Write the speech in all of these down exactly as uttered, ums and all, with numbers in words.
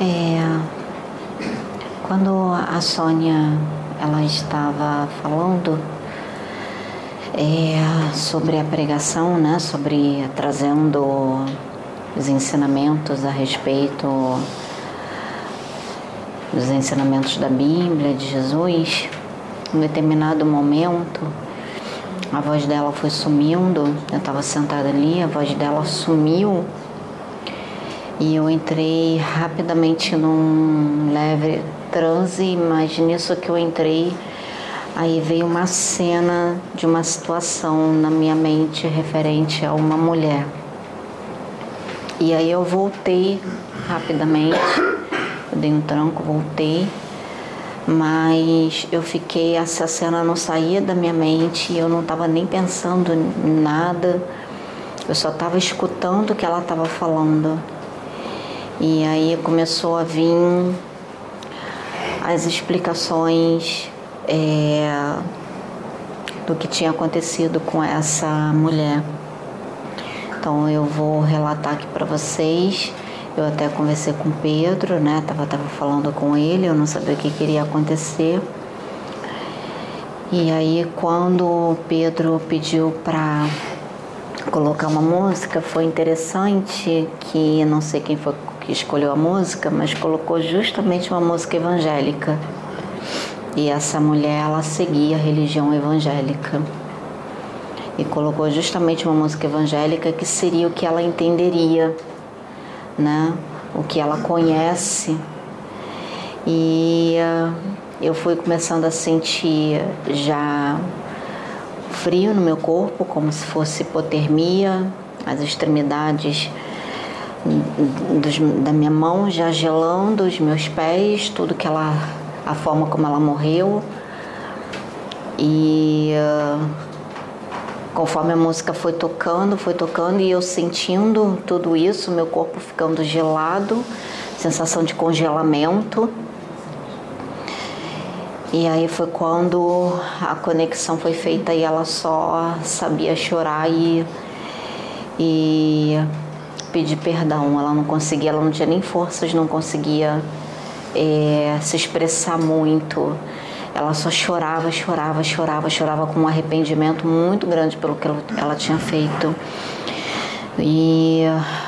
É, quando a Sônia ela estava falando é, sobre a pregação, né, sobre trazendo os ensinamentos a respeito dos ensinamentos da Bíblia, de Jesus, em determinado momento a voz dela foi sumindo. Eu estava sentada ali, a voz dela sumiu e eu entrei rapidamente num leve transe, mas nisso que eu entrei, aí veio uma cena de uma situação na minha mente referente a uma mulher. E aí eu voltei rapidamente, eu dei um tranco, voltei, mas eu fiquei, essa cena não saía da minha mente, eu não estava nem pensando em nada, eu só estava escutando o que ela estava falando. E aí começou a vir as explicações é, do que tinha acontecido com essa mulher. Então eu vou relatar aqui para vocês. Eu até conversei com o Pedro, né? Tava, tava falando com ele, eu não sabia o que queria acontecer. E aí quando o Pedro pediu para colocar uma música, foi interessante que não sei quem foi que escolheu a música, mas colocou justamente uma música evangélica. E essa mulher, ela seguia a religião evangélica. E colocou justamente uma música evangélica que seria o que ela entenderia, né? O que ela conhece. E uh, eu fui começando a sentir já frio no meu corpo, como se fosse hipotermia, as extremidades dos, da minha mão já gelando, os meus pés, tudo que ela, a forma como ela morreu. E uh, conforme a música foi tocando, foi tocando e eu sentindo tudo isso, meu corpo ficando gelado, sensação de congelamento. E aí foi quando a conexão foi feita e ela só sabia chorar e, e pedir perdão. Ela não conseguia, ela não tinha nem forças, não conseguia é, se expressar muito. Ela só chorava, chorava, chorava, chorava com um arrependimento muito grande pelo que ela tinha feito. E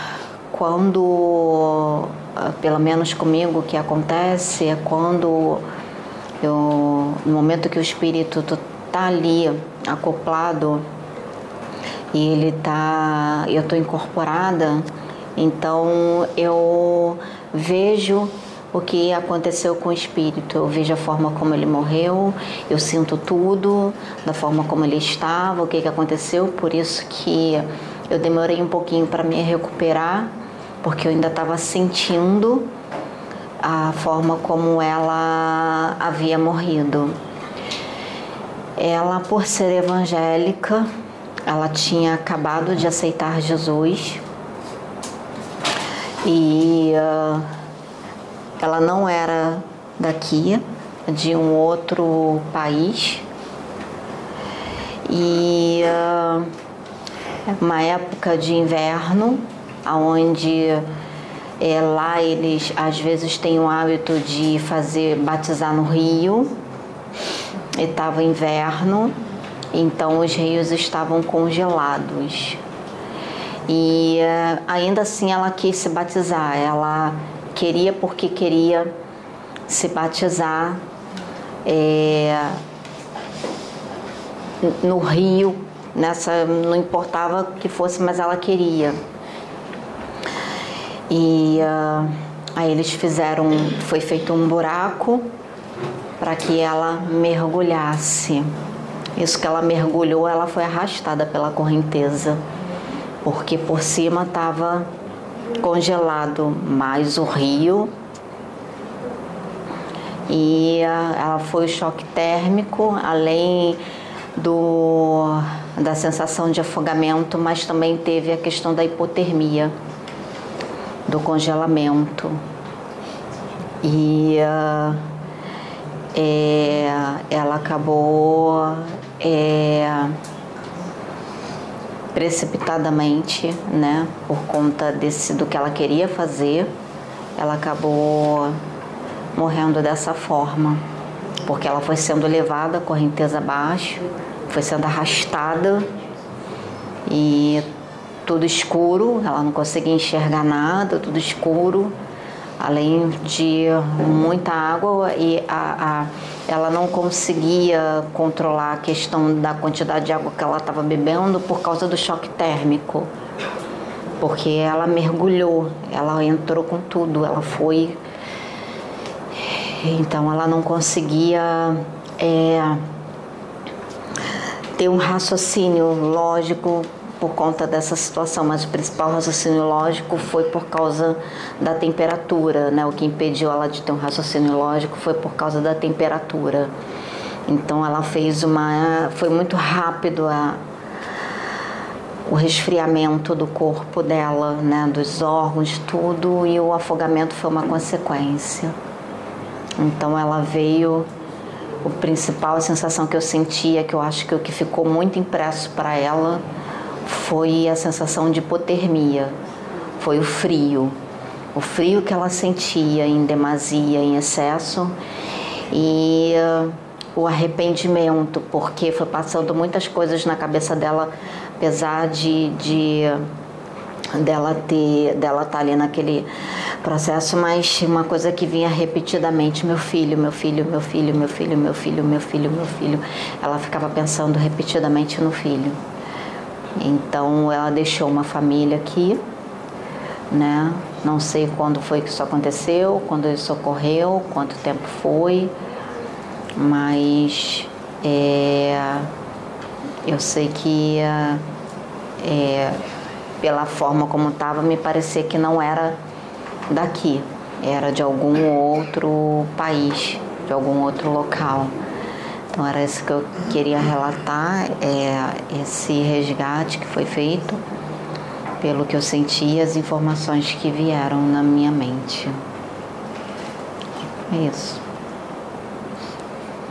quando, pelo menos comigo, o que acontece é quando eu, no momento que o espírito tá ali acoplado e ele tá, eu tô incorporada, então eu vejo o que aconteceu com o espírito, eu vejo a forma como ele morreu, eu sinto tudo, da forma como ele estava, o que, que aconteceu, por isso que eu demorei um pouquinho para me recuperar, porque eu ainda estava sentindo a forma como ela havia morrido. Ela, por ser evangélica, ela tinha acabado de aceitar Jesus e uh, ela não era daqui, de um outro país. E uh, uma época de inverno, onde é, lá eles às vezes têm o hábito de fazer, batizar no rio. E estava inverno, então os rios estavam congelados. E uh, ainda assim ela quis se batizar, ela queria porque queria se batizar é, no rio, nessa, não importava que fosse, mas ela queria. E uh, aí eles fizeram, foi feito um buraco para que ela mergulhasse. Isso que ela mergulhou, ela foi arrastada pela correnteza, porque por cima estava congelado mais o rio. E uh, ela foi o choque térmico, além do, da sensação de afogamento, mas também teve a questão da hipotermia, do congelamento. E uh, é, ela acabou é, precipitadamente, né, por conta desse, do que ela queria fazer, ela acabou morrendo dessa forma, porque ela foi sendo levada correnteza abaixo, foi sendo arrastada e tudo escuro, ela não conseguia enxergar nada, tudo escuro, além de muita água, e a, a, ela não conseguia controlar a questão da quantidade de água que ela estava bebendo por causa do choque térmico, porque ela mergulhou, ela entrou com tudo, ela foi... Então ela não conseguia é, ter um raciocínio lógico por conta dessa situação, mas o principal raciocínio lógico foi por causa da temperatura, né? O que impediu ela de ter um raciocínio lógico foi por causa da temperatura. Então ela fez uma... foi muito rápido a, o resfriamento do corpo dela, né? Dos órgãos, tudo, e o afogamento foi uma consequência. Então ela veio, o principal, a sensação que eu sentia, que eu acho que o que ficou muito impresso para ela foi a sensação de hipotermia, foi o frio, o frio que ela sentia em demasia, em excesso, e uh, o arrependimento, porque foi passando muitas coisas na cabeça dela, apesar de, de dela ter, dela estar ali naquele processo, mas uma coisa que vinha repetidamente: meu filho, meu filho, meu filho, meu filho, meu filho, meu filho, meu filho. Ela ficava pensando repetidamente no filho. Então ela deixou uma família aqui, né? Não sei quando foi que isso aconteceu, quando isso ocorreu, quanto tempo foi, mas é, eu sei que é, pela forma como estava, me parecia que não era daqui, era de algum outro país, de algum outro local. Então era isso que eu queria relatar, é, esse resgate que foi feito, pelo que eu senti, as informações que vieram na minha mente. É isso.